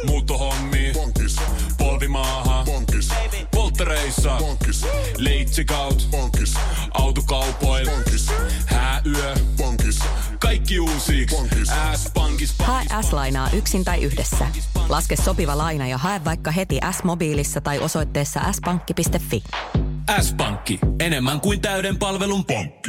Muuttohommi. Bonkis. Polvimaaha. Bonkis. Polttereissa. Bonkis. Leitsikaut. Bonkis. Autokaupoil. Bonkis. Hääyö. Bonkis. Kaikki uusiiksi. S-pankis. Hae S-lainaa yksin tai yhdessä. Laske sopiva laina ja hae vaikka heti S-mobiilissa tai osoitteessa s-pankki.fi. S-pankki. Enemmän kuin täyden palvelun pankki.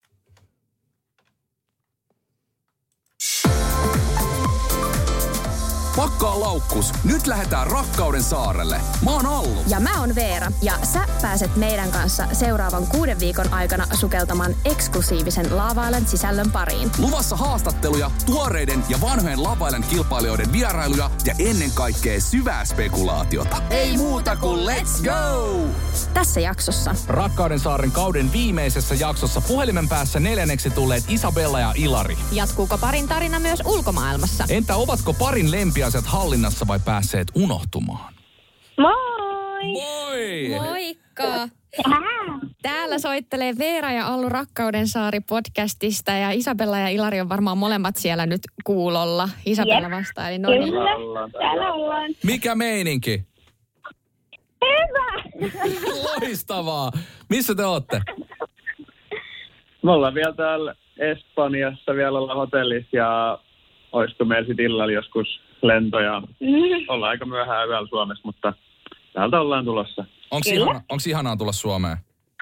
Pakkaa laukkus. Nyt lähdetään Rakkauden saarelle. Mä oon Allu. Ja mä oon Veera. Ja sä pääset meidän kanssa seuraavan 6 viikon aikana sukeltamaan eksklusiivisen Love Island sisällön pariin. Luvassa haastatteluja, tuoreiden ja vanhojen Love Island kilpailijoiden vierailuja ja ennen kaikkea syvää spekulaatiota. Ei muuta kuin let's go! Tässä jaksossa. Rakkauden saaren kauden viimeisessä jaksossa puhelimen päässä 4. tulleet Isabella ja Ilari. Jatkuuko parin tarina myös ulkomaailmassa? Entä ovatko parin lempiasiat hallinnassa vai päässeet unohtumaan? Moi! Moi! Moikka! Täällä soittelee Veera ja Allu Rakkauden saari podcastista ja Isabella ja Ilari on varmaan molemmat siellä nyt kuulolla. Isabella vastaa, eli no niin. Kyllä, täällä ollaan. Mikä meininki? Hyvä! Loistavaa! Missä te ootte? Me ollaan vielä täällä Espanjassa, vielä ollaan hotellissa ja olisiko meillä sitten illalla joskus lentoja. Ollaan aika myöhään yöllä Suomessa, mutta täältä ollaan tulossa. Onko ihanaa tulla Suomeen?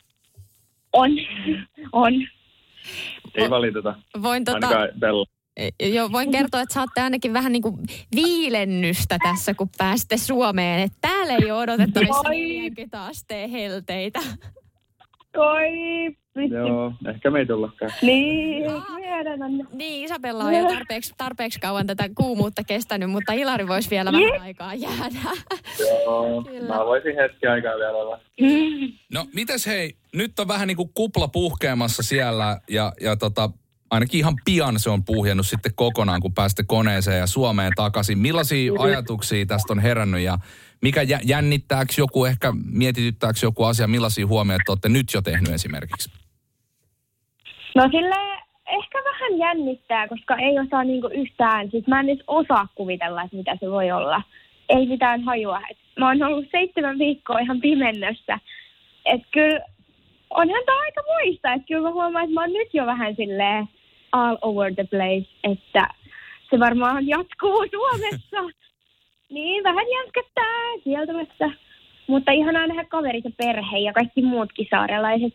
On. Ei valiteta. Ainakaan Bella. Voin kertoa, että saatte ainakin vähän niin kuin viilennystä tässä, kun pääsitte Suomeen. Että täällä ei ole odotettavissa 40 asteen helteitä. Oi, Joo, ehkä me ei tullakaan. Niin, Isabella on jo tarpeeksi kauan tätä kuumuutta kestänyt, mutta Ilari voisi vielä vähän aikaa jäädä. Joo, mä voisin hetki aikaa vielä olla. No, mites hei, nyt on vähän niin kuin kupla puhkeamassa siellä ja ainakin ihan pian se on puhjennut sitten kokonaan, kun pääsitte koneeseen ja Suomeen takaisin. Millaisia ajatuksia tästä on herännyt ja mikä jännittääkö joku, ehkä mietityttääkö joku asia, millaisia huomioita olette nyt jo tehnyt esimerkiksi? No silleen ehkä vähän jännittää, koska ei osaa niinku yhtään, siis mä en edes osaa kuvitella, että mitä se voi olla. Ei mitään hajua. Mä oon ollut 7 viikkoa ihan pimennössä. Että kyllä onhan tää aika muista, että kyllä mä huomaan, että mä oon nyt jo vähän silleen all over the place, että se varmaan jatkuu Suomessa. Niin, vähän jänskättää kieltämättä. Mutta ihanaa nähdä kaverit ja perhe ja kaikki muutkin saarelaiset.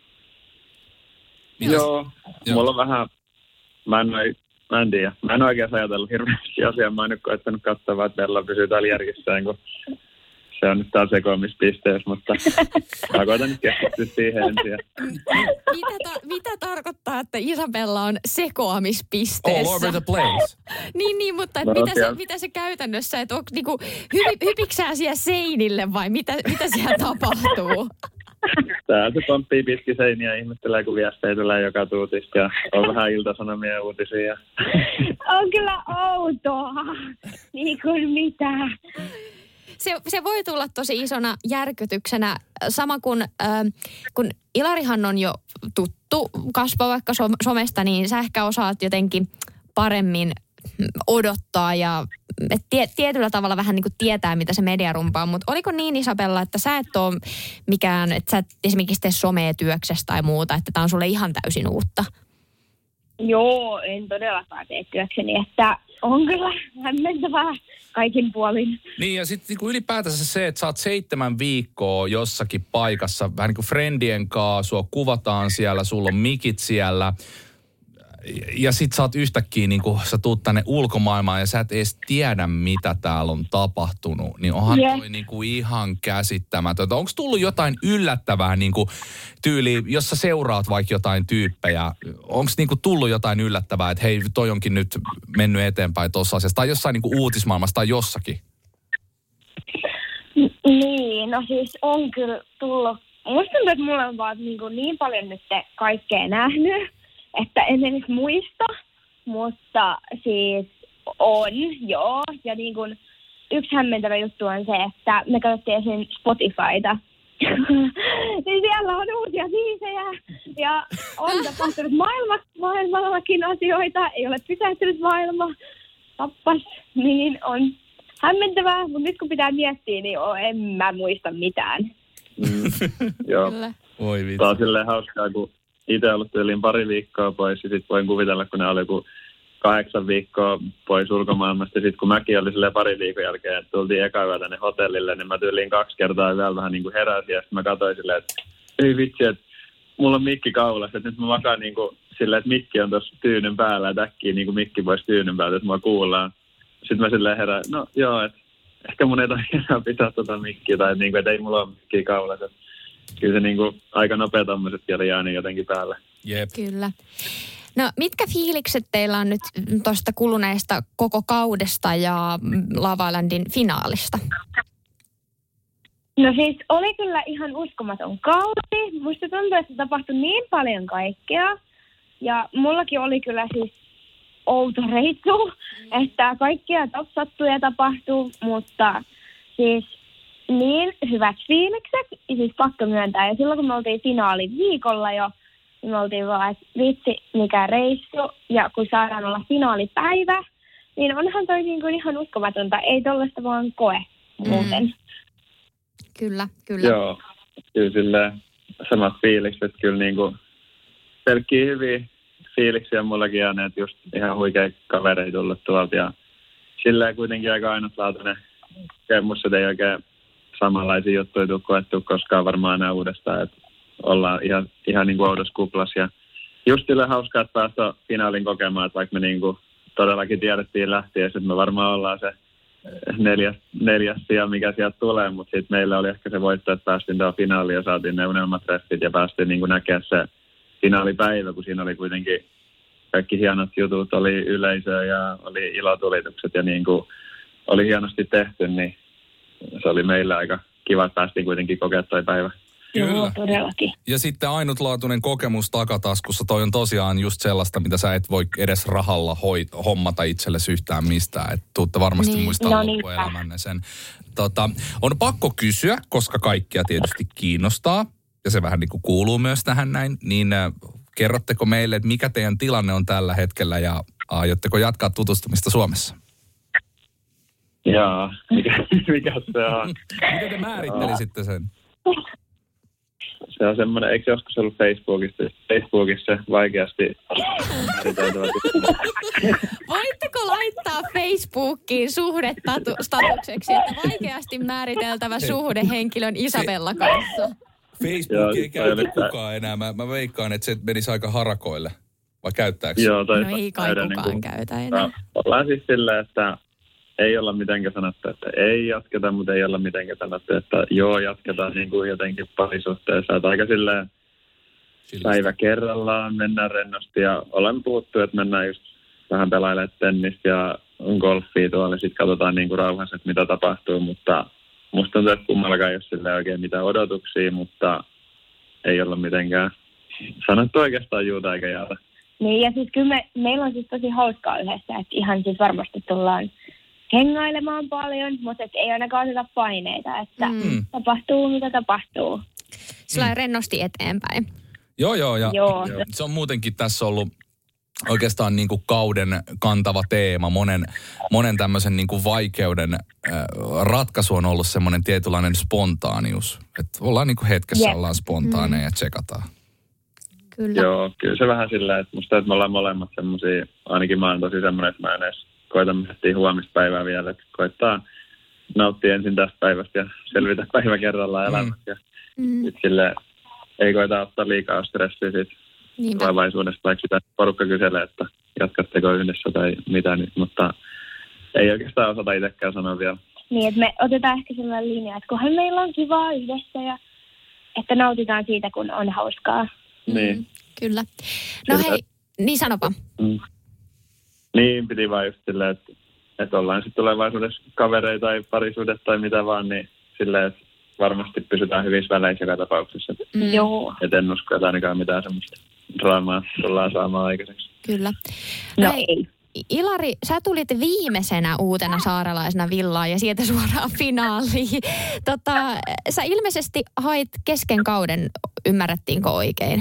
Joo, mulla on vähän, mä en tiedä. Mä en oikein ajatellut hirveästi asiaa. Mä en nyt koettanut katsoa, että Bella pysyy täällä järjissään, kun se on nyt taas sekoamispisteessä, mutta mä koitan nyt keskittyä siihen ensin. Mitä tarkoittaa, että Isabella on sekoamispisteessä? All over the place. niin, mutta mitä se käytännössä, että onko niinku, hypiksää siellä seinille vai mitä siellä tapahtuu? Täällä se pomppii pitki seiniä ja ihmettelee, kun viestejä tulee joka tuutista ja on vähän Ilta-Sanomien uutisia. On kyllä outoa. Niin kuin mitä. Se voi tulla tosi isona järkytyksenä. Sama kuin kun Ilarihan on jo tuttu kasva vaikka somesta, niin sä ehkä osaat jotenkin paremmin odottaa ja tietyllä tavalla vähän niin kuin tietää, mitä se mediarumpa on. Mutta oliko niin, Isabella, että sä et ole mikään, että sä et esimerkiksi tee somea työksestä tai muuta, että tää on sulle ihan täysin uutta? Joo, en todellakaan tee työkseni, että on kyllä hämmentävää kaikin puolin. Niin ja sitten niin ylipäätänsä se, että sä oot 7 viikkoa jossakin paikassa, vähän niin kuin friendien kanssa, sua kuvataan siellä, sulla on mikit siellä. Ja sit sä oot yhtäkkiä, niin kun sä tuut tänne ulkomaailmaan ja sä et edes tiedä, mitä täällä on tapahtunut, niin onhan toi niin kuin ihan käsittämätöntä. Onko tullut jotain yllättävää niin kuin tyyliin, jos sä seuraat vaikka jotain tyyppejä, onko niin kuin tullut jotain yllättävää, että hei, toi onkin nyt mennyt eteenpäin tuossa asiassa, tai jossain niin kuin uutismaailmassa tai jossakin? Niin, no siis on kyllä tullut. Musta tuntuu, että mulla on vaan niin paljon nyt kaikkea nähnyt, että en edes muista, mutta siis on, joo. Ja niin kuin yksi hämmentävä juttu on se, että me katsottiin esim. Spotifyta. Niin siellä on uusia biisejä ja on tapahtunut maailmallakin asioita. Ei ole pysähtynyt maailma. Tappas, niin on hämmentävää, mutta nyt kun pitää miettiä, niin en mä muista mitään. Joo. Kyllä. Oi vitsi. Tämä on silleen hauskaa, kun itse ollut yliin pari viikkoa pois, ja sitten voin kuvitella, kun ne oli joku 8 viikkoa pois ulkomaailmasta, ja sitten kun mäkin olin silleen pari viikon jälkeen, että tultiin eka yö tänne hotellille, niin mä tyyliin 2 kertaa vielä vähän niin kuin heräsin, ja sitten mä katsoin silleen, että ei vitsi, että mulla on mikki kaulassa, että nyt mä makaan niin kuin silleen, että mikki on tuossa tyynyn päällä, että äkkiä niin kuin mikki pois tyynyn päältä, että mua kuullaan. Sitten mä silleen herään, no joo, että ehkä mun ei tarvitse enää pitää tota mikkiä, tai niin kuin, että ei mulla ole mikkiä kaulassa. Kyllä se niin kuin aika nopea tommosetkin oli jäänyt jotenkin päälle. Jep. Kyllä. No mitkä fiilikset teillä on nyt tuosta kuluneesta koko kaudesta ja Love Islandin finaalista? No siis oli kyllä ihan uskomaton kausi. Musta tuntuu, että tapahtui niin paljon kaikkea. Ja mullakin oli kyllä siis outo reissu, että kaikkia top-sattuja tapahtuu, mutta siis niin hyvät fiilikset, siis pakko myöntää. Ja silloin kun me oltiin finaalin viikolla jo, niin me oltiin vaan, että vitsi, mikä reissu. Ja kun saadaan olla finaalipäivä, niin onhan toi niin kuin ihan uskomatonta. Ei tollaista vaan koe muuten. Kyllä, kyllä. Joo, kyllä silleen samat fiilikset, kyllä niin kuin pelkkiä hyviä fiiliksiä mullakin jääneet, just ihan huikea kavereita tullut tuolta ja silleen kuitenkin aika ainutlaatuinen kokemus, että ei oikein samanlaisia juttuja tule koettu koskaan varmaan enää uudestaan, että ollaan ihan niin kuin oudossa kuplassa ja just silleen hauskaa, että päästä finaalin kokemaan, että vaikka me niin kuin todellakin tiedettiin lähtiessä, että me varmaan ollaan se neljäs sija, mikä sieltä tulee, mutta sitten meillä oli ehkä se voitto, että päästiin tuohon finaaliin ja saatiin ne unelmatreffit ja päästiin niin kuin näkemään se finaalipäivä, kun siinä oli kuitenkin kaikki hienot jutut, oli yleisö ja oli ilotulitukset ja niin kuin oli hienosti tehty, niin se oli meillä aika kiva, että päästiin kuitenkin kokemaan toi päivä. Joo, todellakin. Ja sitten ainutlaatuinen kokemus takataskussa, toi on tosiaan just sellaista, mitä sä et voi edes rahalla hommata itsellesi yhtään mistään. Että tuutte varmasti muistaa loppuelämänne sen. On pakko kysyä, koska kaikkia tietysti kiinnostaa, ja se vähän niin kuin kuuluu myös tähän näin, niin kerrotteko meille, että mikä teidän tilanne on tällä hetkellä ja aiotteko jatkaa tutustumista Suomessa? Jaa, mikä se on? Miten te määrittelisitte sen? Se on semmoinen, eikö se joskus ollut Facebookissa vaikeasti määriteltävä? Voitteko laittaa Facebookiin suhdestatukseksi, että vaikeasti määriteltävä suhde henkilön Isabella kanssa? Facebook ei käytä kukaan enää. Mä veikkaan, että se menisi aika harakoille. Vai käyttääkö? Joo, no ei kai kukaan käytä enää. Ollaan siis silleen, että ei olla mitenkään sanottu, että ei jatketa, mutta ei olla mitenkään sanottu, että joo, jatketaan niin kuin jotenkin parisuhteessa. Että aika silleen päivä kerrallaan mennään rennosti ja olemme puhuttu, että mennään just vähän pelailemaan tennistä ja golfia tuolla. Sitten katsotaan niin kuin rauhassa, että mitä tapahtuu, mutta musta tuntuu, että kummallakaan ei ole silleen oikein mitään odotuksia, mutta ei olla mitenkään sanottu oikeastaan juuta eikä jaata. Niin ja siis kyllä meillä on siis tosi hauskaa yhdessä, että ihan siis varmasti tullaan hengailemaan paljon, mutta ei ainakaan oteta paineita, että tapahtuu mitä tapahtuu. Sillä rennosti eteenpäin. Joo. Ja se on muutenkin tässä ollut oikeastaan niin kuin kauden kantava teema. Monen tämmöisen niin kuin vaikeuden ratkaisu on ollut semmoinen tietynlainen spontaanius. Että ollaan niin kuin hetkessä, ollaan spontaaneja ja tsekataan. Kyllä. Joo, kyllä se vähän silleen, että musta että me ollaan molemmat semmosia, ainakin mä oon tosi semmoinen, että mä en edes koita miettiä huomista päivää vielä, että koittaa nauttia ensin tästä päivästä ja selvitä päivä kerrallaan elämästä. Ja sitten silleen ei koita ottaa liikaa stressiä siitä tulevaisuudesta, vaikka sitä porukka kyselee, että jatkatteko yhdessä tai mitä nyt, mutta ei oikeastaan osata itsekään sanoa vielä. Niin, että me otetaan ehkä sellainen linja, että kunhan meillä on kivaa yhdessä ja että nautitaan siitä, kun on hauskaa. Niin. Kyllä. No hei, niin sanopa. Niin, piti vaan just silleen, että ollaan sitten tulevaisuudessa kavereita tai parisuudet tai mitä vaan, niin silleen, että varmasti pysytään hyvissä väleissä joka tapauksessa. Joo. Että en usko, että ainakaan mitään semmoista draamaa tullaan saamaan aikaiseksi. Kyllä. No ei. Ilari, sä tulit viimeisenä uutena saarelaisena villaan ja sieltä suoraan finaaliin. Sä ilmeisesti hait kesken kauden, ymmärrettiinkö oikein?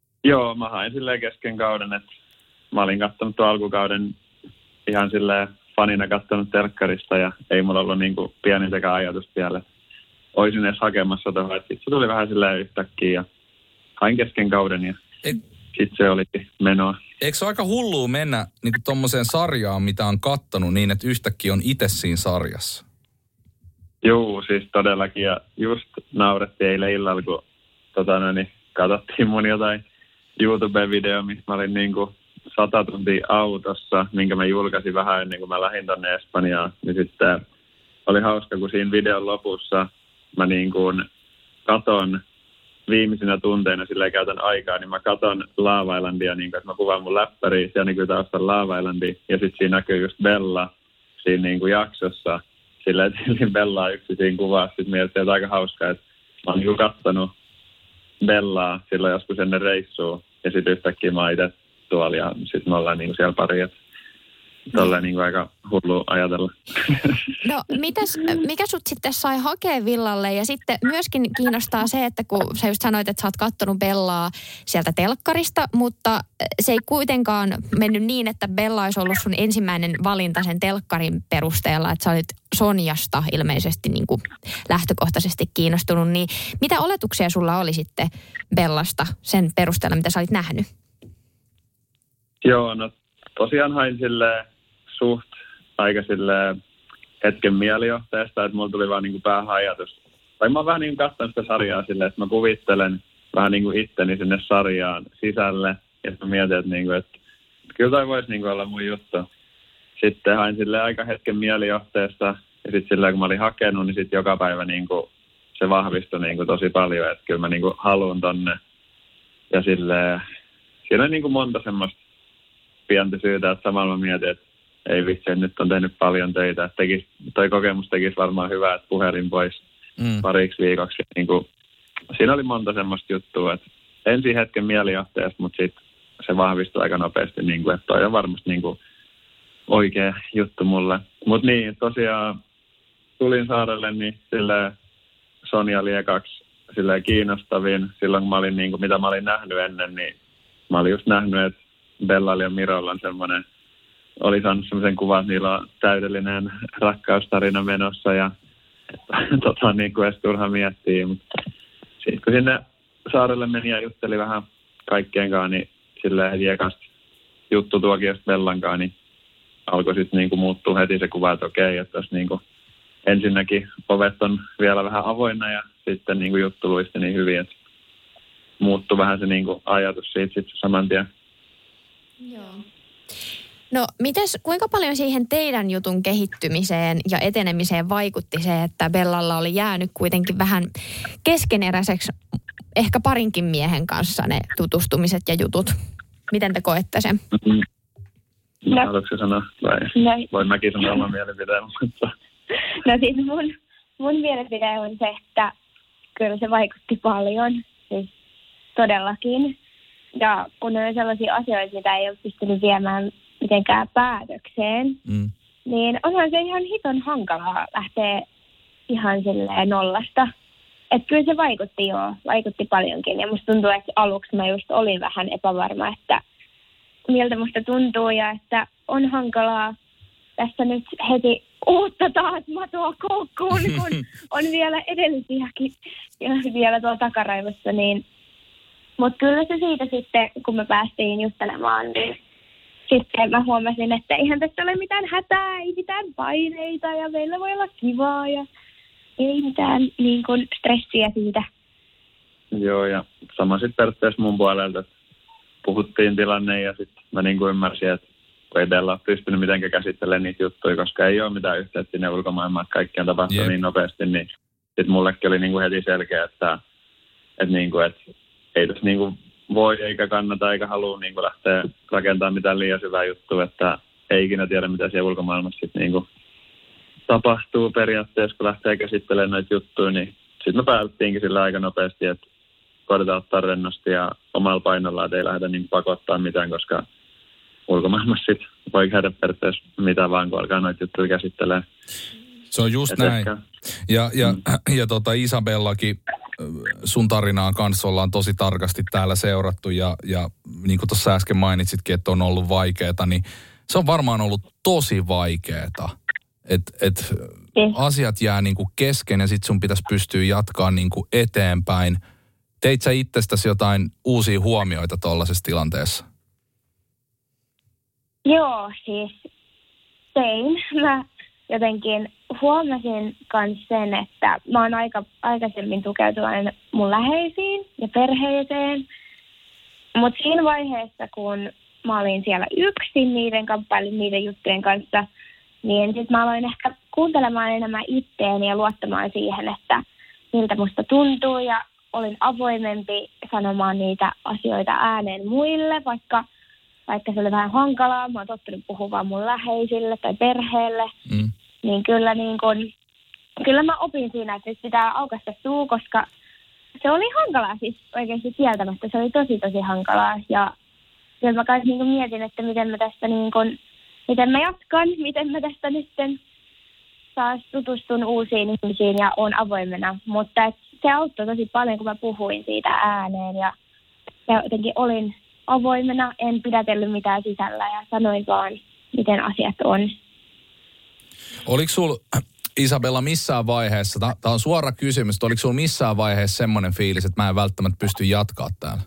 Joo, mä hain silleen kesken kauden, että mä olin katsonut tuon alkukauden ihan silleen fanina katsonut telkkarista ja ei mulla ollut niin kuin pienintäkään ajatusta vielä, että olisin edes hakemassa tuohon. Sitten se tuli vähän silleen yhtäkkiä ja hain kesken kauden ja sitten se oli menoa. Eikö se ole aika hullua mennä niin kuin tommoseen sarjaan, mitä on kattonut niin, että yhtäkkiä on itse siinä sarjassa? Joo, siis todellakin. Ja just naurettiin eilen illalla, kun katsottiin mun jotain YouTube-video, missä mä olin niin kuin 100 tuntia autossa, minkä mä julkaisin vähän ennen kuin mä lähdin tonne Espanjaan. Niin sitten oli hauska, kun siinä videon lopussa mä niin kuin katon viimeisinä tunteina, sillä ei käytän aikaa, niin mä katon Love Islandia, niin kuin, että mä kuvaan mun läppäriä, siellä näkyy taustan Love Islandi, ja sitten siinä näkyy just Bella siinä niin kuin jaksossa, sillä että Bella on yksi siinä kuvassa, sitten mielestäni, että aika hauskaa, että mä oon niin kuin kattonut Bellaa silloin joskus ennen reissua, ja sitten yhtäkkiä mä oon itse tuolla, ja sitten me ollaan niin kuin siellä pari, että tolleen niin kuin aika hullu ajatella. No mikä sut sitten sai hakea villalle ja sitten myöskin kiinnostaa se, että kun sä just sanoit, että sä oot kattonut Bellaa sieltä telkkarista, mutta se ei kuitenkaan mennyt niin, että Bella olisi ollut sun ensimmäinen valinta sen telkkarin perusteella, että sä olit Sonjasta ilmeisesti niin kuin lähtökohtaisesti kiinnostunut, niin mitä oletuksia sulla oli sitten Bellasta sen perusteella, mitä sä olit nähnyt? Joo, no tosiaan hain silleen suht aika silleen hetken mielijohteesta, että mulla tuli vaan niinku päähän ajatus. Tai mä oon vähän niinku katsonut sitä sarjaa silleen, että mä kuvittelen vähän niinku itteni sinne sarjaan sisälle. Ja mä mietin, että niinku, että kyllä toi voisi niinku olla mun juttu. Sitten hain silleen aika hetken mielijohteesta. Ja sitten silleen, kun mä olin hakenut, niin sitten joka päivä niinku se vahvistui niinku tosi paljon. Että kyllä mä niinku haluun tonne. Ja silleen, siinä on niinku monta semmoista pientä syytä, että samalla mä mietin, että ei vitsi, nyt on tehnyt paljon töitä. Että toi kokemus tekisi varmaan hyvää, että puhelin pois pariksi viikoksi. Niin kuin, siinä oli monta semmoista juttua, että ensin hetken mielijohteesta, mutta sitten se vahvistui aika nopeasti, niin kuin, että toi on varmasti niin kuin oikea juttu mulle. Mutta niin, tosiaan tulin saarelle, niin silleen Sonja oli ekaksi silleen kiinnostavin. Silloin kun mä olin, niin kuin, mitä mä olin nähnyt ennen, niin mä olin just nähnyt, että Bellalla ja Mirolla on semmoinen, oli saanut semmoisen kuvan, että niillä on täydellinen rakkaustarina menossa ja niin kuin edes turha miettiä. Mutta sitten kun sinne saarelle meni ja jutteli vähän kaikkien kanssa, niin silleen heti ekasta juttutuokiosta Bellankaan, niin alkoi sitten niin kuin muuttua heti se kuva, että okei, että jos niin kuin ensinnäkin ovet on vielä vähän avoinna ja sitten niin kuin juttu luisti niin hyvin, että muuttui vähän se niin kuin ajatus siitä sitten saman tien. Joo. No kuinka paljon siihen teidän jutun kehittymiseen ja etenemiseen vaikutti se, että Bellalla oli jäänyt kuitenkin vähän keskeneräiseksi ehkä parinkin miehen kanssa ne tutustumiset ja jutut? Miten te koette sen? Haluatko sanoa? Vai voin mäkin sanoa oman mielipiteen. No siis mun mielipide on se, että kyllä se vaikutti paljon. Siis todellakin. Ja kun on sellaisia asioita, mitä ei ole pystynyt viemään mitenkään päätökseen, niin onhan se ihan hiton hankalaa lähteä ihan silleen nollasta. Että kyllä se vaikutti paljonkin. Ja musta tuntuu, että aluksi mä just olin vähän epävarma, että miltä musta tuntuu ja että on hankalaa tässä nyt heti uutta taas matoa koukkuun, kun on vielä edellisiäkin ja vielä tuolla takaraivossa, niin mutta kyllä se siitä sitten, kun me päästiin juttelemaan, niin sitten mä huomasin, että eihän tässä ole mitään hätää, ei mitään paineita ja meillä voi olla kivaa ja ei mitään niin kuin stressiä siitä. Joo, ja sama sitten periaatteessa mun puolelta, että puhuttiin tilanne ja sitten mä niin kuin ymmärsin, että kun ei Bella ole pystynyt mitenkään käsittelemään niitä juttuja, koska ei ole mitään yhteyttä sinne ulkomaailmaan, että kaikki on tapahtunut niin nopeasti, niin sitten mullekin oli niin kuin heti selkeä, että ei tässä niin kuin voi eikä kannata eikä halua niin kuin lähteä rakentamaan mitään liian syvää juttua, että ei ikinä tiedä, mitä siellä ulkomaailmassa sitten niin kuin tapahtuu periaatteessa, kun lähtee käsittelemään noita juttuja, niin sitten me päätettiinkin sillä aika nopeasti, että koitetaan ottaa rennosti ja omalla painolla, että ei lähdetä niin pakottaa mitään, koska ulkomaailmassa sitten voi käydä periaatteessa mitä vaan, kun alkaa noita juttuja käsittelemään. Se on just näin. Ja Isabellakin sun tarinaa kanssa ollaan tosi tarkasti täällä seurattu ja niin kuin tuossa äsken mainitsitkin, että on ollut vaikeaa, niin Se on varmaan ollut tosi vaikeeta, että asiat jää niinku kesken ja sit sun pitäisi pystyä jatkaa niinku eteenpäin. Teit sä itsestäsi jotain uusia huomioita tollaisessa tilanteessa? Joo, siis tein. Mä jotenkin huomasin myös sen, että mä oon aikaisemmin tukeutuvainen mun läheisiin ja perheeseen. Mutta siinä vaiheessa, kun mä olin siellä yksin kamppailin niiden juttujen kanssa, niin sitten mä aloin ehkä kuuntelemaan enemmän itteeni ja luottamaan siihen, että miltä musta tuntuu. Ja olin avoimempi sanomaan niitä asioita ääneen muille, vaikka se oli vähän hankalaa. Mä oon tottunut puhumaan mun läheisille tai perheelle. Niin kyllä mä opin siinä, että pitää aukaista suu, koska se oli hankalaa siis oikeasti kieltämättä. Se oli tosi hankalaa. Ja kyllä mä kai mietin, että miten mä jatkan, miten mä tästä nyt taas tutustun uusiin ihmisiin ja oon avoimena. Mutta se auttoi tosi paljon, kun mä puhuin siitä ääneen ja jotenkin olin avoimena, en pidätellyt mitään sisällä ja sanoin vaan, miten asiat on. Oliko sulla, Isabella, missään vaiheessa, tämä on suora kysymys, oliko sulla missään vaiheessa semmoinen fiilis, että mä en välttämättä pysty jatkaa täällä?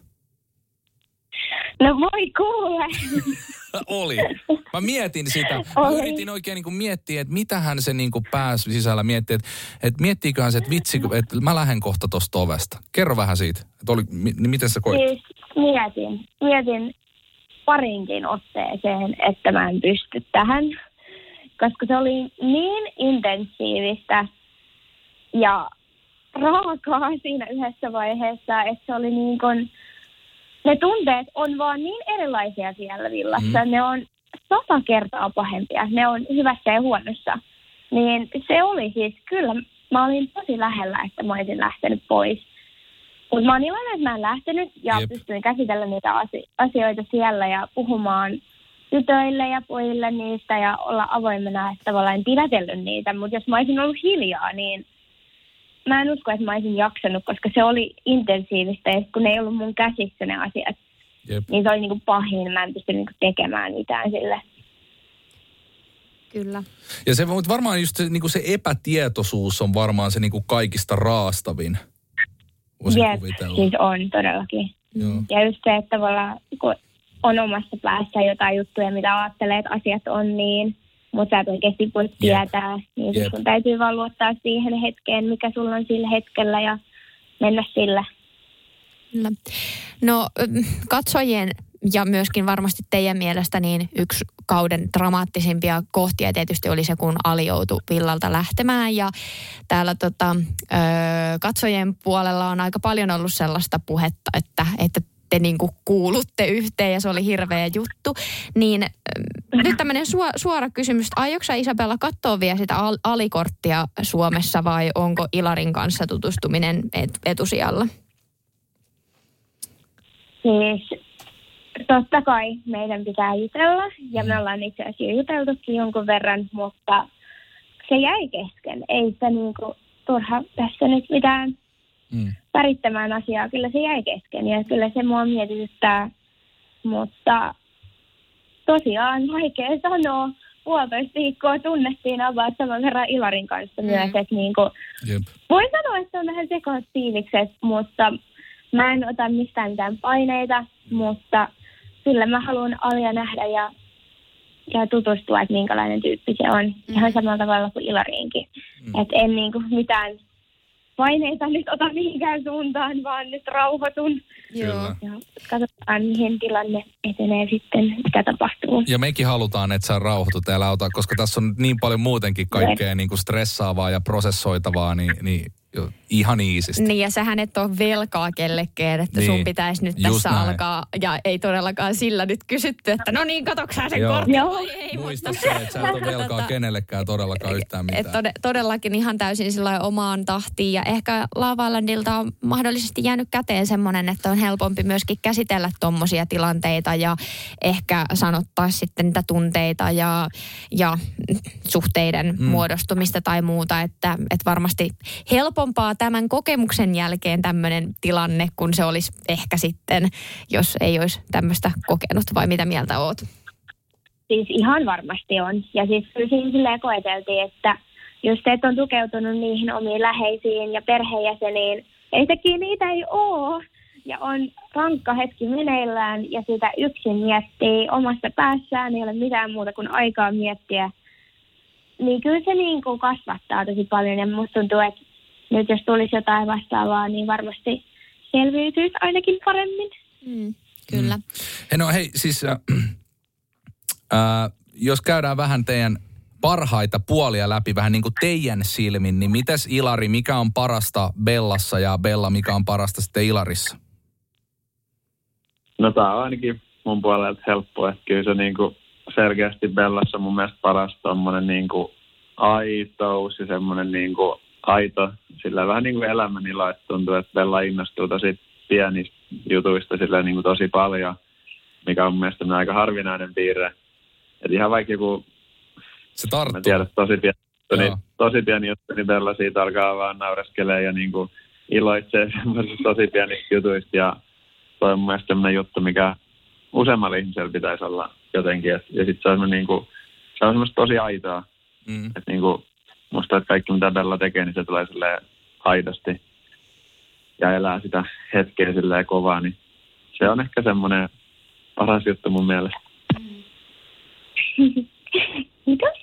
No voi kuule. Oli. Mä mietin sitä. Mä yritin oikein miettiä, että mitähän se pääsi sisällä miettiä, että miettiiköhän se, että vitsi, että mä lähden kohta tosta ovesta. Kerro vähän siitä, että miten sä koit? Siis mietin parinkin otteeseen, että mä en pysty tähän, koska se oli niin intensiivistä ja raakaa siinä yhdessä vaiheessa, että se oli ne tunteet on vaan niin erilaisia siellä villassa. Ne on 100 kertaa pahempia. Ne on hyvässä ja huonossa. Niin se oli siis, kyllä, mä olin tosi lähellä, että mä olisin lähtenyt pois. Mutta mä oon iloinen, että mä en lähtenyt ja pystyin käsitellä niitä asioita siellä ja puhumaan tytöille ja pojille niistä ja olla avoimena, että tavallaan en pidätellyt niitä. Mutta jos mä olisin ollut hiljaa, niin mä en usko, että mä olisin jaksanut, koska se oli intensiivistä ja kun ne ei ollut mun käsissä ne asiat, niin se oli pahin. Mä en pystynyt tekemään mitään sille. Kyllä. Ja se varmaan just se epätietoisuus on varmaan se kaikista raastavin. Siis on todellakin. Joo. Ja just se, että tavallaan kun on omassa päässä jotain juttuja, mitä ajattelee, että asiat on niin, mutta sä et oikeasti voi tietää, niin sun täytyy vaan luottaa siihen hetkeen, mikä sulla on sillä hetkellä ja mennä sillä. No katsojien ja myöskin varmasti teidän mielestä niin yksi kauden dramaattisimpia kohtia tietysti oli se, kun Ali joutui villalta lähtemään. Ja täällä katsojien puolella on aika paljon ollut sellaista puhetta, että te kuulutte yhteen ja se oli hirveä juttu. Niin nyt tämmöinen suora kysymys. Aiotko sä, Isabella, katsoa vielä sitä Ali-korttia Suomessa vai onko Ilarin kanssa tutustuminen etusijalla? Siis totta kai meidän pitää jutella ja me ollaan itse asiassa jo juteltukin jonkun verran, mutta se jäi kesken. Ei sitä turha tässä nyt mitään värittämään asiaa. Kyllä se jäi kesken ja kyllä se mua mietityttää, mutta tosiaan vaikea sanoa. 1,5 viikkoa tunnettiin about saman verran Ilarin kanssa myös, että voin sanoa, että on vähän sekaat fiilikset, mutta mä en ota mistään mitään paineita, mutta kyllä mä haluan Alia nähdä ja tutustua, että minkälainen tyyppi se on. Ihan samalla tavalla kuin Ilariinkin. Että en mitään paineita nyt ota mihinkään suuntaan, vaan nyt rauhoitun. Joo. Ja katsotaan, mihin tilanne etenee sitten, mitä tapahtuu. Ja mekin halutaan, että sä rauhoitut, älä ota, koska tässä on niin paljon muutenkin kaikkea stressaavaa ja prosessoitavaa, niin ihan iisisti. Niin, ja sähän et ole velkaa kellekään, että sun pitäisi nyt tässä alkaa, ja ei todellakaan sillä nyt kysytty, että no niin, katoksaa sen kortin. Muista se, että sä et ole velkaa kenellekään todellakaan yhtään mitään. Todellakin ihan täysin sillä omaan tahtiin, ja ehkä Love Islandilta on mahdollisesti jäänyt käteen semmoinen, että on helpompi myöskin käsitellä tommosia tilanteita, ja ehkä sanottaa sitten niitä tunteita ja suhteiden muodostumista tai muuta, että varmasti helpompaa tämän kokemuksen jälkeen tämmöinen tilanne, kun se olisi ehkä sitten, jos ei olisi tämmöistä kokenut, vai mitä mieltä oot? siis ihan varmasti on. Ja siis kyllä siinä silleen koeteltiin, että jos te et on tukeutunut niihin omiin läheisiin ja perheenjäseniin, eitäkin niitä ei ole. Ja on rankka hetki meneillään ja sitä yksin miettii omassa päässään, ei ole mitään muuta kuin aikaa miettiä. Niin kyllä se niin kuin kasvattaa tosi paljon ja musta tuntuu, että nyt jos tulisi jotain vastaavaa, niin varmasti selviytyisi ainakin paremmin. Kyllä. Hei, siis jos käydään vähän teidän parhaita puolia läpi vähän niin kuin teidän silmin, niin mitäs Ilari, mikä on parasta Bellassa ja Bella, mikä on parasta sitten Ilarissa? No tää on ainakin mun puolelta helppoa, että kyllä se niinku selkeästi Bellassa mun mielestä paras tommonen niinku aitous ja semmonen niinku aito, sillä vähän niinku elämän ilo, että tuntuu, että Bella innostuu tosi pienistä jutuista sillä niinku tosi paljon, mikä on mun mielestä aika harvinainen piirre. Että ihan vaikka joku, se tarttuu. mä tiedän, tosi pieni juttu, niin Bella siitä alkaa vaan naureskelee ja niinku iloitsee semmoisista tosi pienistä jutuista ja toi on mun mielestä sellainen juttu, mikä useammalla ihmisellä pitäisi olla jotenkin. Ja sitten se on niinku, se on semmoista tosi aitoa. Että niinku, musta, että kaikki mitä Bella tekee, niin se tulee silleen aidosti ja elää sitä hetkeä silleen kovaa, niin se on ehkä semmoinen paras juttu mun mielestä. Mitäs?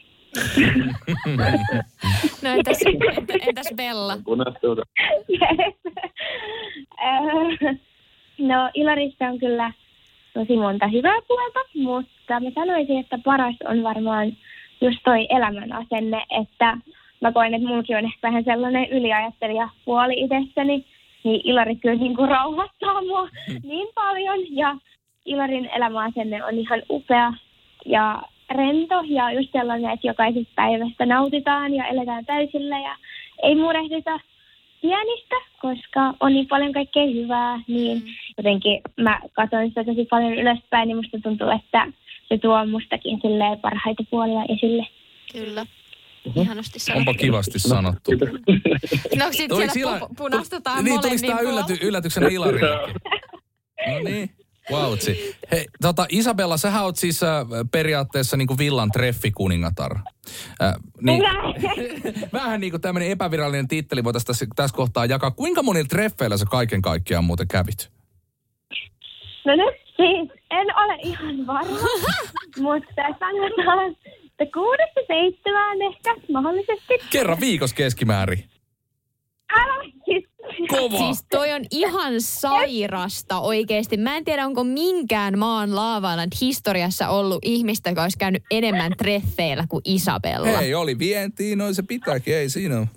No entäs Bella? No Ilarissa on kyllä tosi monta hyvää puolta, mutta mä sanoisin, että paras on varmaan just toi elämän asenne, että mä koen, että mullakin on ehkä vähän sellainen yliajattelija puoli itsessäni, niin Ilari kyllä niin kuin rauhoittaa mua niin paljon ja Ilarin elämäasenne on ihan upea ja rento ja just sellainen, että jokaisesta päivästä nautitaan ja eletään täysillä ja ei murehdita pienistä, koska on niin paljon kaikkea hyvää, niin jotenkin mä katson sitä tosi paljon ylöspäin, niin musta tuntuu, että se tuo mustakin silleen parhaita puolia esille. Kyllä. Ihanasti sanottu. Onpa kivasti sanottu. No sit siellä punastutaan niin, molemmin tulisi tää yllätyksenä Ilarillekin. No niin. Vautsi. Hei, Isabella, sähän oot siis periaatteessa niinku villan treffikuningatar. Niin, vähän niin kuin tämmöinen epävirallinen titteli voitaisiin tässä kohtaa jakaa. Kuinka monilla treffeillä sä kaiken kaikkiaan muuten kävit? No nyt siis, en ole ihan varma, mutta sanotaan, että 6-7 ehkä mahdollisesti. Kerran viikossa keskimäärin. Älä siis. Kova! Siis toi on ihan sairasta oikeesti. Mä en tiedä, onko minkään maan Lava Island historiassa ollut ihmistä, joka olisi käynyt enemmän treffeillä kuin Isabella. Hei, oli vientiin, no se pitääkin, ei siinä ole.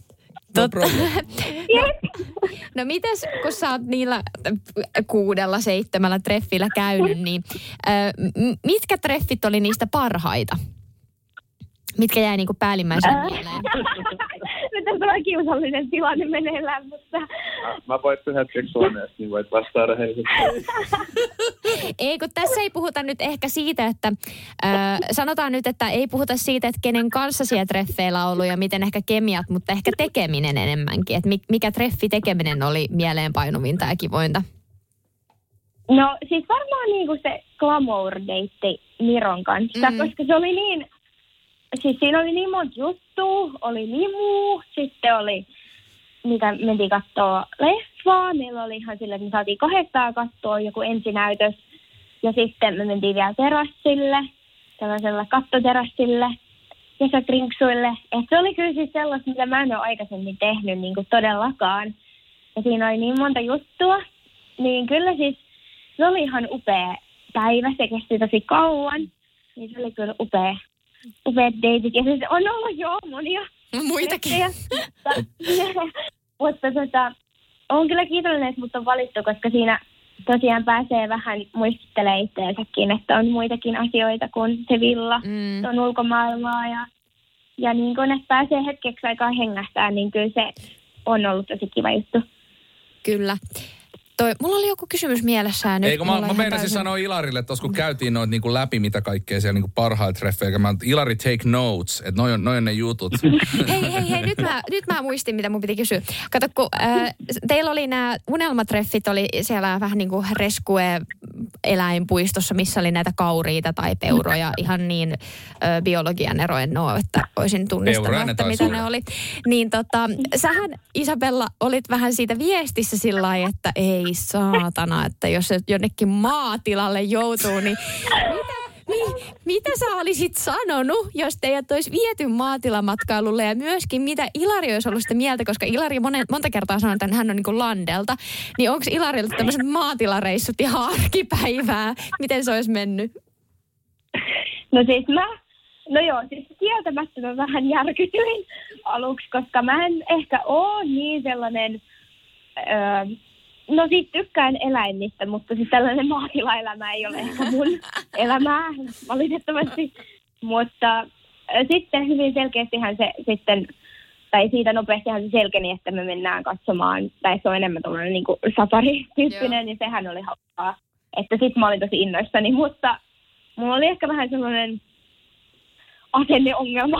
No mites, kun sä oot niillä 6-7 treffillä käynyt, niin mitkä treffit oli niistä parhaita? Mitkä jäi niinku päällimmäisenä mieleen? Nyt on kyllä kiusallinen tilanne meneillään, mutta... Mä poistun hetkeksi Suomesta, niin voit vastaa rehellisesti. Ei, kun tässä ei puhuta nyt ehkä siitä, että... sanotaan nyt, että ei puhuta siitä, että kenen kanssa siellä treffeillä on ollut ja miten ehkä kemiat, mutta ehkä tekeminen enemmänkin. Että mikä treffi tekeminen oli mieleenpainuvinta ja kivointa? No siis varmaan niinku se glamour-deitti Miron kanssa, koska se oli niin... Siis siinä oli niin monta juttua, oli limu, sitten oli, mitä mentiin katsoa leffaa, meillä oli ihan sille, että me saatiin 2 katsoa joku ensinäytös, ja sitten me mentiin vielä terassille, sellaisella kattoterassille, kesätrinksuille, että se oli kyllä siis sellaista, mitä mä en ole aikaisemmin tehnyt niin kuin todellakaan, ja siinä oli niin monta juttua, niin kyllä siis se oli ihan upea päivä, se kesti tosi kauan, niin se oli kyllä upeat deitit, ja siis on ollut jo monia. Muitakin. Mutta on kyllä kiitollinen, että mut on valittu, koska siinä tosiaan pääsee vähän muistuttelemaan itseänsäkin, että on muitakin asioita kuin se villa. Se on ulkomaailmaa ja niin kun, että pääsee hetkeksi aikaa hengähtää, niin kyllä se on ollut tosi kiva juttu. Kyllä. Mulla oli joku kysymys mielessään nyt. Eikö mä meinasin sanoa Ilarille, että kun käytiin noita niinku läpi, mitä kaikkea siellä niinku parhailla treffeillä, Ilari take notes, että noi on ne jutut. Hei, nyt mä muistin, mitä mun piti kysyä. Kato, kun teillä oli nämä unelmatreffit, oli siellä vähän niin kuin Rescue-eläinpuistossa, missä oli näitä kauriita tai peuroja, ihan niin biologian ero en ole, että olisin tunnistanut, että mitä ne oli. Niin sähän Isabella olit vähän siitä viestissä sillä lailla, että ei saatana, että jos se jonnekin maatilalle joutuu, niin mitä sä olisit sanonut, jos teidät olisi viety maatilamatkailulle ja myöskin mitä Ilari olisi ollut sitä mieltä, koska Ilari monta kertaa sanoi, että hän on niin kuin Landelta, niin onko Ilarilta tämmöiset maatilareissut ihan arkipäivää? Miten se olisi mennyt? Siis kieltämättä mä vähän järkytyin aluksi, koska mä en ehkä ole niin sellainen, tykkään eläimistä, mutta siis tällainen maatilaelämä ei ole ehkä mun elämää valitettavasti. Mutta sitten hyvin selkeästihän se sitten, tai siitä nopeastihan se selkeni, että me mennään katsomaan, tai se on enemmän tällainen niin kuin safari-tyyppinen, niin sehän oli hauskaa. Että sitten mä olin tosi innoissani, mutta mulla oli ehkä vähän sellainen asenneongelma.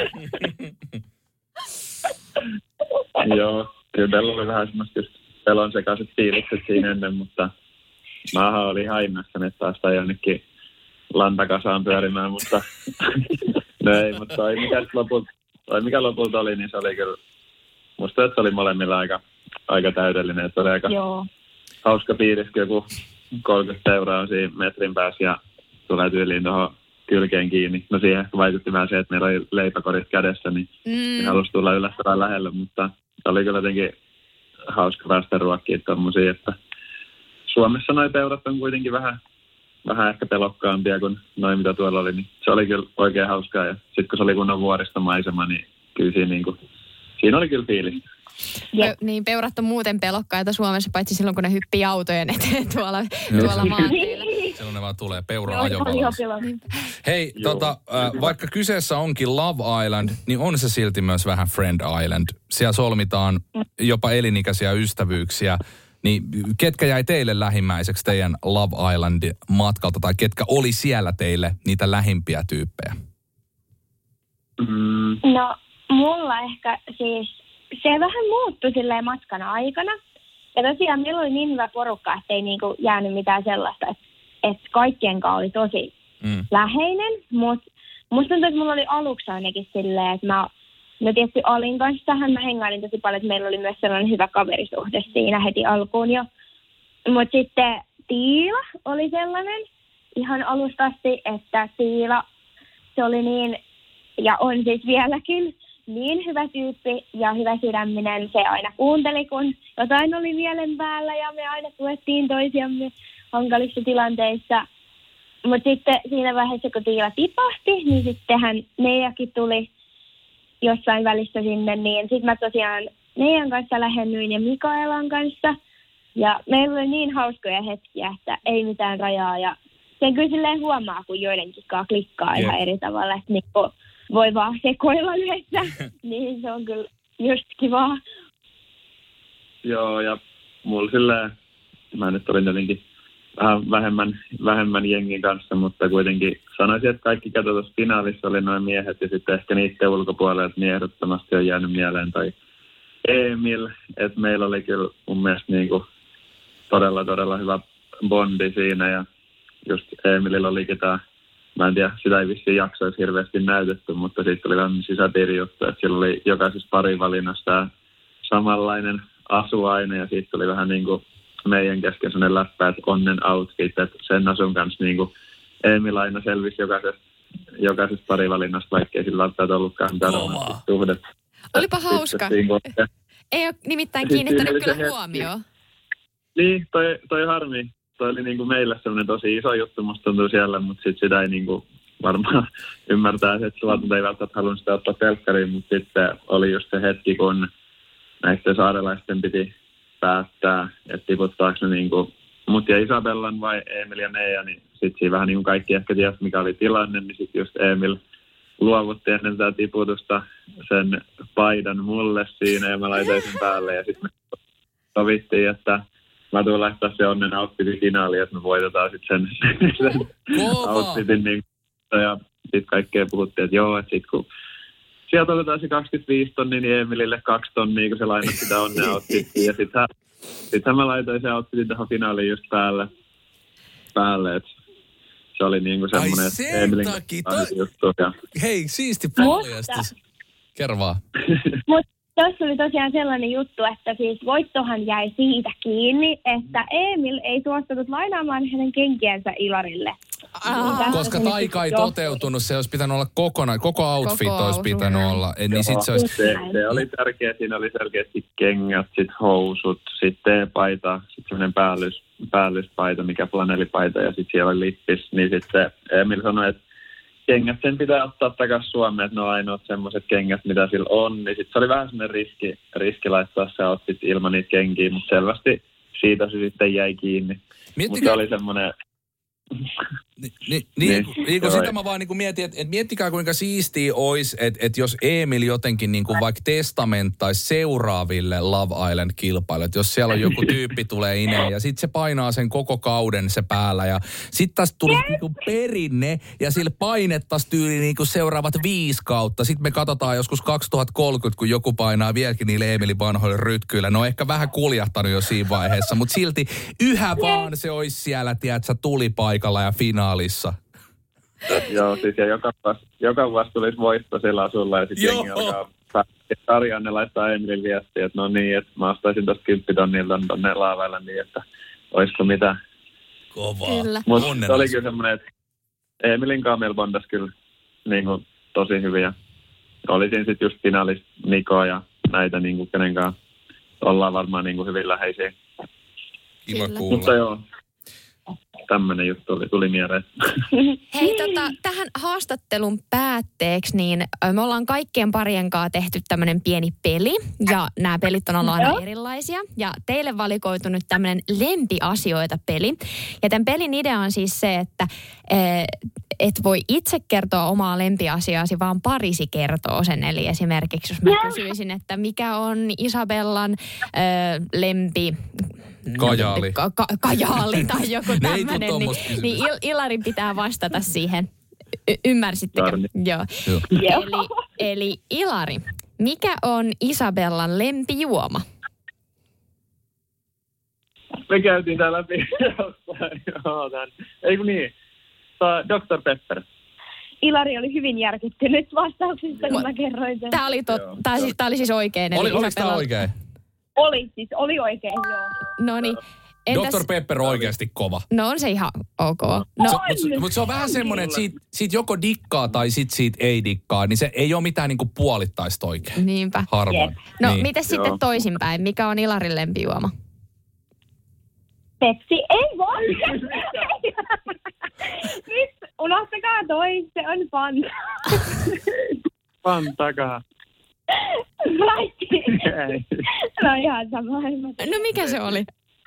Joo, kyllä meillä oli vähän semmoista just pelon sekaiset fiilikset siinä ennen, mutta mähän olin ihan innoissani, että päästään jonnekin lantakasaan pyörimään, mutta no ei, mutta mikä lopulta oli, niin se oli kyllä, musta että se oli molemmilla aika täydellinen, että oli aika hauska fiilis, kun joku 30 € on siinä metrin päässä ja tulee tyyliin tuohon kylkeen kiinni. No siihen vaikutti vähän se, että meillä oli leipäkorit kädessä, niin halusi tulla yllättävän lähelle, mutta oli kyllä jotenkin hauska päästä ruokkiin tommosia, että Suomessa noi peurat on kuitenkin vähän ehkä pelokkaampia kuin noin mitä tuolla oli, niin se oli kyllä oikein hauskaa ja sitten kun se oli kunnon vuoristomaisema, niin kyllä siinä oli kyllä fiilis. Niin, peurat on muuten pelokkaita Suomessa, paitsi silloin kun ne hyppii autojen eteen tuolla maanteilla. Silloin ne vaan tulee peura-ajovalassa. Hei, vaikka kyseessä onkin Love Island, niin on se silti myös vähän Friend Island. Siellä solmitaan jopa elinikäisiä ystävyyksiä. Niin ketkä jäi teille lähimmäiseksi teidän Love Islandin matkalta, tai ketkä oli siellä teille niitä lähimpiä tyyppejä? No, mulla ehkä siis se vähän muuttui silleen matkan aikana. Ja tosiaan meillä oli niin hyvä porukka, että ei niinku jäänyt mitään sellaista, että kaikkien kanssa oli tosi läheinen. Mutta musta tuntuu, että mulla oli aluksi ainakin silleen, että mä tietysti Alin kanssahan mä hengailin tosi paljon, että meillä oli myös sellainen hyvä kaverisuhde siinä heti alkuun jo. Mutta sitten Tiila oli sellainen ihan alusta asti, että Tiila, se oli niin, ja on siis vieläkin, niin hyvä tyyppi ja hyvä sydäminen. Se aina kuunteli, kun jotain oli mielen päällä ja me aina tuettiin toisiamme hankalissa tilanteissa. Mutta sitten siinä vaiheessa, kun Tiila tipahti, niin sittenhän Neijakin tuli jossain välissä sinne. Niin sitten mä tosiaan Neijan kanssa lähennyin ja Mikaelan kanssa. Ja meillä oli niin hauskoja hetkiä, että ei mitään rajaa. Ja sen kyllä silleen huomaa, kun joidenkin kanssa klikkaa ihan eri tavalla, että niinku voi vaan sekoilla yhdessä, niin se on kyllä just kivaa. Joo, ja mulla silleen, mä nyt olin jotenkin vähemmän jengin kanssa, mutta kuitenkin sanoisin, että kaikki kato tuossa finaalissa oli noin miehet, ja sitten ehkä niiden ulkopuolelta niin ehdottomasti on jäänyt mieleen toi Emil, että meillä oli kyllä mun mielestä niinku todella hyvä bondi siinä, ja just Emilillä olikin tää, mä en tiedä, sitä ei vissiin jaksoissa hirveästi näytetty, mutta siitä oli vähän sisäpiirijuttu, että sillä oli jokaisessa parivalinnassa samanlainen asuaine, ja siitä tuli vähän niin kuin meidän kesken sellainen läppä, että onnen outfit, että sen asun kanssa niin kuin Emil aina selvisi jokaisesta parivalinnasta, vaikka ei sillä välttämättä ollutkaan mitään suhdetta. Olipa hauska. Ei ole nimittäin kiinnittänyt kyllä huomioon. Niin, toi harmi. Toi oli niin kuin meille semmoinen tosi iso juttu, musta tuntuu siellä, mutta sitten sitä ei niin kuin varmaan ymmärtää, että suotat ei välttämättä halunnut sitä ottaa telkkariin, mutta sitten oli just se hetki, kun näisten saarelaisten piti päättää, että tiputtaako ne niin kuin mut ja Isabellan vai Emil ja Neija, niin sitten siinä vähän niin kuin kaikki ehkä tiesi, mikä oli tilanne, niin sitten just Emil luovutti ennen tätä tiputusta sen paidan mulle siinä ja mä laitoin sen päälle ja sitten me sovittiin, että mä tuun laittaa se onnen outfitin finaaliin, että me voitetaan sitten sen outfitin. Niin, ja sitten kaikkea puhuttiin, että joo, että sitten kun sieltä otetaan se 25 tonnia, niin Emilille 2 tonnia, kun se lainasi sitä onnen outfitin. Ja sitten mä laitoin se outfitin tähän finaaliin just päälle, että se oli niinku semmoinen, että Emilin juttu. Ja... Hei, siisti paljastus. Kerro vaan. Tuossa oli tosiaan sellainen juttu, että siis voittohan jäi siitä kiinni, että Emil ei suostunut lainaamaan hänen kenkiänsä Ilarille. Koska taika ei toteutunut, se olisi pitänyt olla koko outfit olisi pitänyt olla. Niin sit se oli tärkeä, siinä oli selkeästi kengät, sitten housut, sitten paita, sitten semmoinen päällyspaita, mikä flanellipaita ja sitten siellä oli lippis. Niin sitten Emil sanoi, että kengät sen pitää ottaa takaisin Suomeen, että ne on ainoat semmoiset kengät, mitä sillä on. Niin sitten se oli vähän semmoinen riski laittaa se outfit ilman niitä kenkiä, mutta selvästi siitä se sitten jäi kiinni. Mutta se oli semmoinen... Niin, sitä mä vaan niin mietin, että miettikää kuinka siistiä olisi, että jos Emil jotenkin niin vaikka testamentaisi seuraaville Love Island-kilpailuille, että jos siellä on joku tyyppi tulee ineen ja sitten se painaa sen koko kauden se päällä ja sitten taas tulisi niin perinne ja sillä painettaisiin tyyli niin seuraavat 5 kautta. Sitten me katsotaan joskus 2030, kun joku painaa vieläkin niille Emilin vanhoille rytkyillä. Ne on ehkä vähän kuljahtanut jo siinä vaiheessa, mutta silti yhä vaan se olisi siellä, tiedätkö, tulipaikalla ja finaalissa. Joo, siis ja joka vuosi tulisi voitto sillä asulla ja sitten jengi alkaa Arianne laittaa Emilin viestiä, että no niin, että mä ostaisin tuosta 10 tonnilta tonne Laavailla niin, että olisiko mitä. Kovaa. Mutta se oli kyllä semmoinen, että Emilin kanssa meillä bondas kyllä niin kuin, tosi hyviä. Olisin sitten just finaalissa Niko ja näitä, niin kuin, kenen kanssa ollaan varmaan niin kuin, hyvin läheisiä. Kiva kuulla. Mutta joo. Tämmöinen juttu tuli mieleen. Hei, tähän haastattelun päätteeksi, niin me ollaan kaikkien parien kanssa tehty tämmöinen pieni peli. Ja nämä pelit on ollut aina erilaisia. Ja teille valikoitu nyt tämmöinen lempiasioita-peli. Ja tämän pelin idea on siis se, että et voi itse kertoa omaa lempiasiaasi, vaan parisi kertoo sen. Eli esimerkiksi jos mä kysyisin, että mikä on Isabellan lempi... Kajaali. Kajaali tai joku tämmöinen, niin Ilari pitää vastata siihen. Ymmärsittekö? Joo. Eli Ilari, mikä on Isabellan lempijuoma? Me käytiin tää läpi jossain. Ei kun niin. Dr. Pepper. Ilari oli hyvin järkyttynyt vastauksista, kun mä kerroin sen. Tää oli siis oikein. Oliko tämä oikein? Oli oikein, joo. No niin. Dr. Pepper on oikeasti kova. No on se ihan ok. Mutta se on vähän semmoinen, että siitä joko dikkaa tai siitä ei dikkaa, niin se ei ole mitään niinku puolittaista oikein. Niinpä. Harvoin. No niin. Miten sitten toisinpäin? Mikä on Ilarin lempijuoma? Pepsi. Ei voi. Nyt unohtakaa se on Fanta. Fantakaa. No ihan sama. No mikä se oli?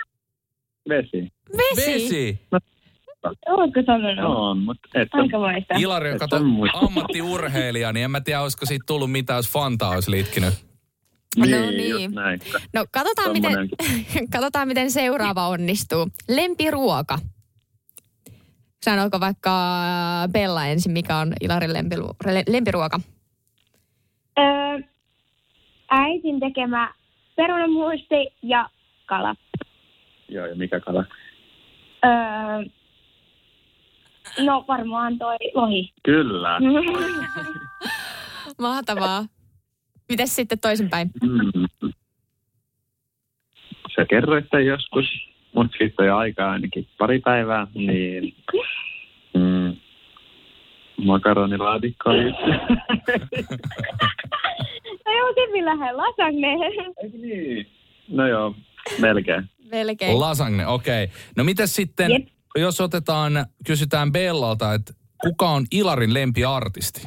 Vesi? Oletko sanonut? On, mutta aika vaista. Ilari on kato ammattiurheilija, niin en mä tiedä, olisiko siitä tullut mitään, jos Fanta olisi liittynyt. No niin. No katsotaan, miten seuraava onnistuu. Lempiruoka. Sanoiko vaikka Bella ensin, mikä on Ilarin lempiruoka? Äitin tekemä perunamuusti ja kala. Joo, ja mikä kala? No varmaan toi lohi. Kyllä. Mahtavaa. Mites sitten toisinpäin? Sä kerroit sen joskus, mutta sitten jo aikaa ainakin pari päivää, niin makaronilaatikko oli. No joo, hyvin lähellä. Lasagne. Eikö niin? No joo, melkein. Lasagne, okei. No mitäs sitten, jos kysytään Bellalta, että kuka on Ilarin lempiartisti?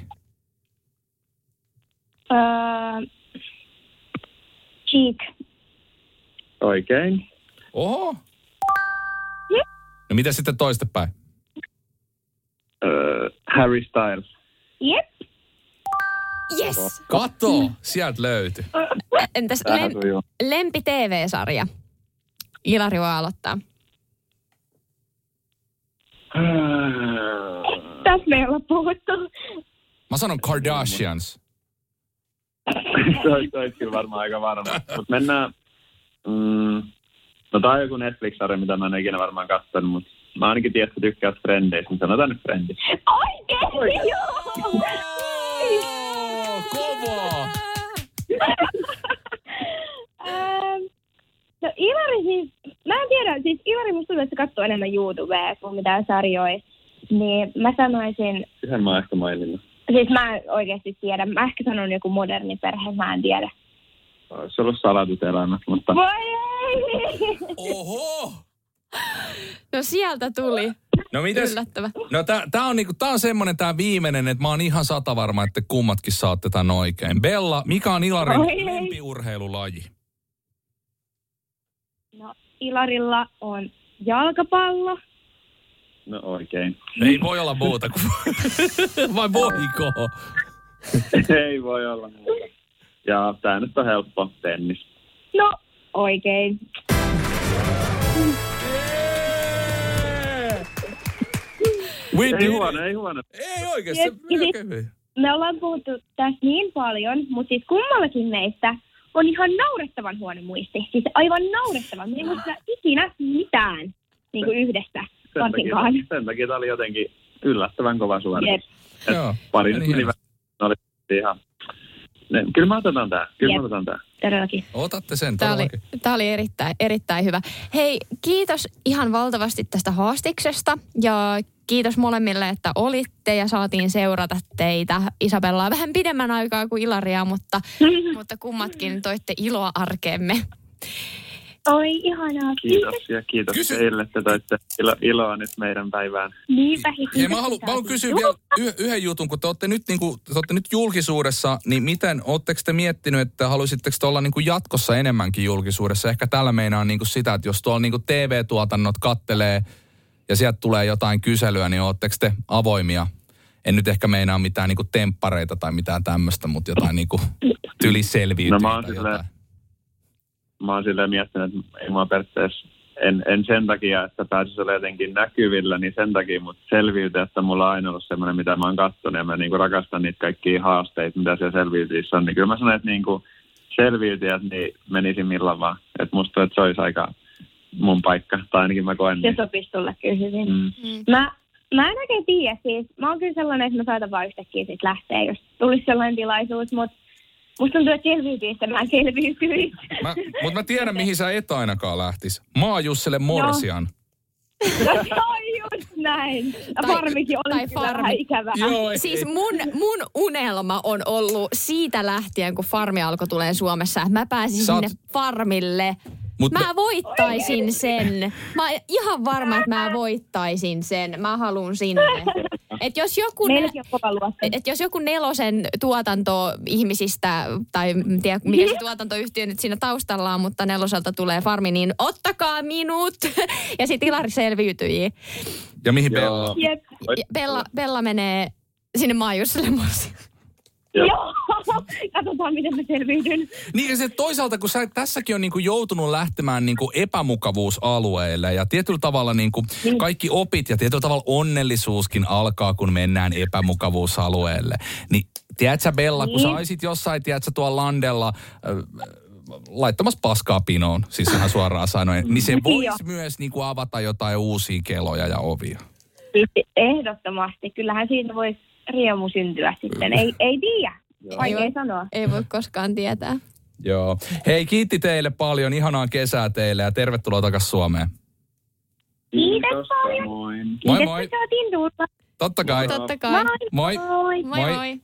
Cheek. Oikein. Oho. No mitä sitten toistepäin? Harry Styles. Jep. Yes. Kato, sieltä löytyi. Entäs lempi TV-sarja? Ilari voi aloittaa. Tässä me ei olla puhuttu. Mä sanon Kardashians. Se olisi kyllä varmaan aika varma. Mutta mennään... No tää on joku Netflix-sarja, mitä mä en ikinä varmaan katsonut, mutta mä ainakin tiedän, että tykkäät Frendeistä, niin sanotaan nyt Frendit. Oikein, joo! Kovaa! No Ilari siis, mä en tiedä, siis Ilari musta tuntuu, että se katsoo enemmän YouTubea kuin mitään sarjoja. Niin mä sanoisin... Yhden mä oon ehkä maininnut. Siis mä en oikeasti tiedä. Mä ehkä sanon joku moderni perhe, mä en tiedä. Olisi ollut salatut elämät, mutta... Voi ei! Oho! No sieltä tuli. No mites? Yllättävä. No tää on semmonen tää viimeinen, että mä oon ihan satavarma, että kummatkin saatte tän oikein. Bella, mikä on Ilarin lempiurheilulaji? No Ilarilla on jalkapallo. No oikein. Ei voi olla muuta kuin... Vai voiko? Ei voi olla muuta. Ja tää nyt on helppo, tennis. No oikein. Ei huono. Ei oikeesti. Me ollaan puhuttu tästä niin paljon, mutta siis kummallakin meistä on ihan naurettavan huono muisti. Siis aivan naurettavan. Me ei muista ikinä mitään niin kuin yhdessä varsinkaan. Sen takia tää oli jotenkin yllättävän kova suoritus. Joo. Pari nyt meni oli ihan... Kyllä mä otetaan tää. Todellakin. Otatte sen todellakin. Tämä oli erittäin hyvä. Hei, kiitos ihan valtavasti tästä haastiksesta ja kiitos molemmille, että olitte ja saatiin seurata teitä. Isabellaa vähän pidemmän aikaa kuin Ilaria, mutta kummatkin toitte iloa arkeemme. Oi, ihanaa. Kiitos ja kiitos teille, että toitte iloa nyt meidän päivään. Niinpä. Hei, mä haluan kysyä vielä yhden jutun, kun te olette nyt julkisuudessa, niin miten, ootteko te miettinyt, että haluaisitteko te olla jatkossa enemmänkin julkisuudessa? Ehkä tällä meinaan sitä, että jos tuolla TV-tuotannot kattelee ja sieltä tulee jotain kyselyä, niin ootteko te avoimia? En nyt ehkä meinaa mitään temppareita tai mitään tämmöistä, mutta jotain tyliselviytyä tai jotain. Mä oon silleen miettinyt, että ei mua periaatteessa, en sen takia, että pääsisi olla jotenkin näkyvillä, niin sen takia, mutta selviytyä, että mulla on aina ollut semmoinen, mitä mä oon katsonut, ja mä rakastan niitä kaikkia haasteita, mitä siellä selviytyissä on, niin kyllä mä sanon, että selviytyjät, niin menisin milloin vaan. Että musta tuntuu, että se olisi aika mun paikka, tai ainakin mä koen niin. Se sopisi sulle kyllä hyvin. Mä en oikein tiedä, siis mä oon kyllä sellainen, että mä saatan vaan yhtäkkiä sit lähteä, jos tulisi sellainen tilaisuus, mutta musta tuntuu, että selviytyistä mä selviytyin. Mutta mä tiedän, mihin sä et ainakaan lähtis. Maajusselle morsian. No se on just näin. Farmikin oli kyllä vähän ikävää. Joo, siis mun unelma on ollut siitä lähtien, kun Farmi alkoi tulemaan Suomessa, että mä pääsin sinne Farmille. Mä voittaisin sen. Mä oon ihan varma, että mä voittaisin sen. Mä haluun sinne. Että jos joku Nelosen tuotantoihmisistä, tai en tiedä mikä se tuotantoyhtiö nyt siinä taustalla on, mutta Neloselta tulee Farmi, niin ottakaa minut. Ja sit Ilari selviytyi. Ja mihin Bella? Bella menee sinne Maajusselle morsialle. Joo, katsotaan miten mä selviydyn. Niin ja se toisaalta, kun sä tässäkin on joutunut lähtemään epämukavuusalueelle ja tietyllä tavalla kaikki opit ja tietyllä tavalla onnellisuuskin alkaa, kun mennään epämukavuusalueelle. Niin tiedätkö sä Bella, kun sä olisit jossain, tiedätkö tuolla landella laittamassa paskaa pinoon, siis ihan suoraan sanoen, niin se voisi myös avata jotain uusia keloja ja ovia. Ehdottomasti. Kyllähän siitä voisi riemu syntyä sitten. Ei tiedä. Vaikea sanoa. Ei voi koskaan tietää. Joo. Hei, kiitti teille paljon. Ihanaa kesää teille ja tervetuloa takaisin Suomeen. Kiitos paljon. Moi Kiitos, moi. että saatiin tulla. Totta kai. Moi. Moi. Moi.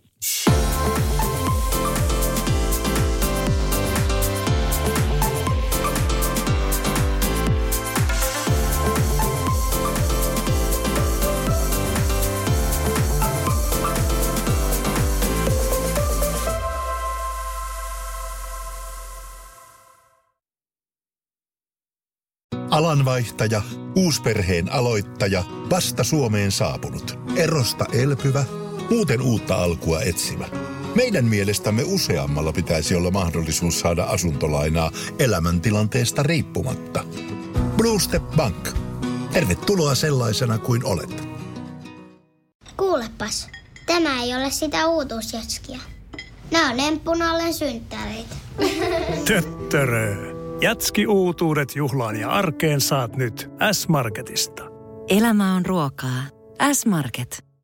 Alanvaihtaja, uusperheen aloittaja, vasta Suomeen saapunut, erosta elpyvä, muuten uutta alkua etsimä. Meidän mielestämme useammalla pitäisi olla mahdollisuus saada asuntolainaa elämäntilanteesta riippumatta. Blue Step Bank. Tervetuloa sellaisena kuin olet. Kuulepas, tämä ei ole sitä uutuusjatskia. Nämä on emppunallen synttäreitä. Töttörö. Jatski-uutuudet juhlaan ja arkeen saat nyt S-Marketista. Elämä on ruokaa. S-Market.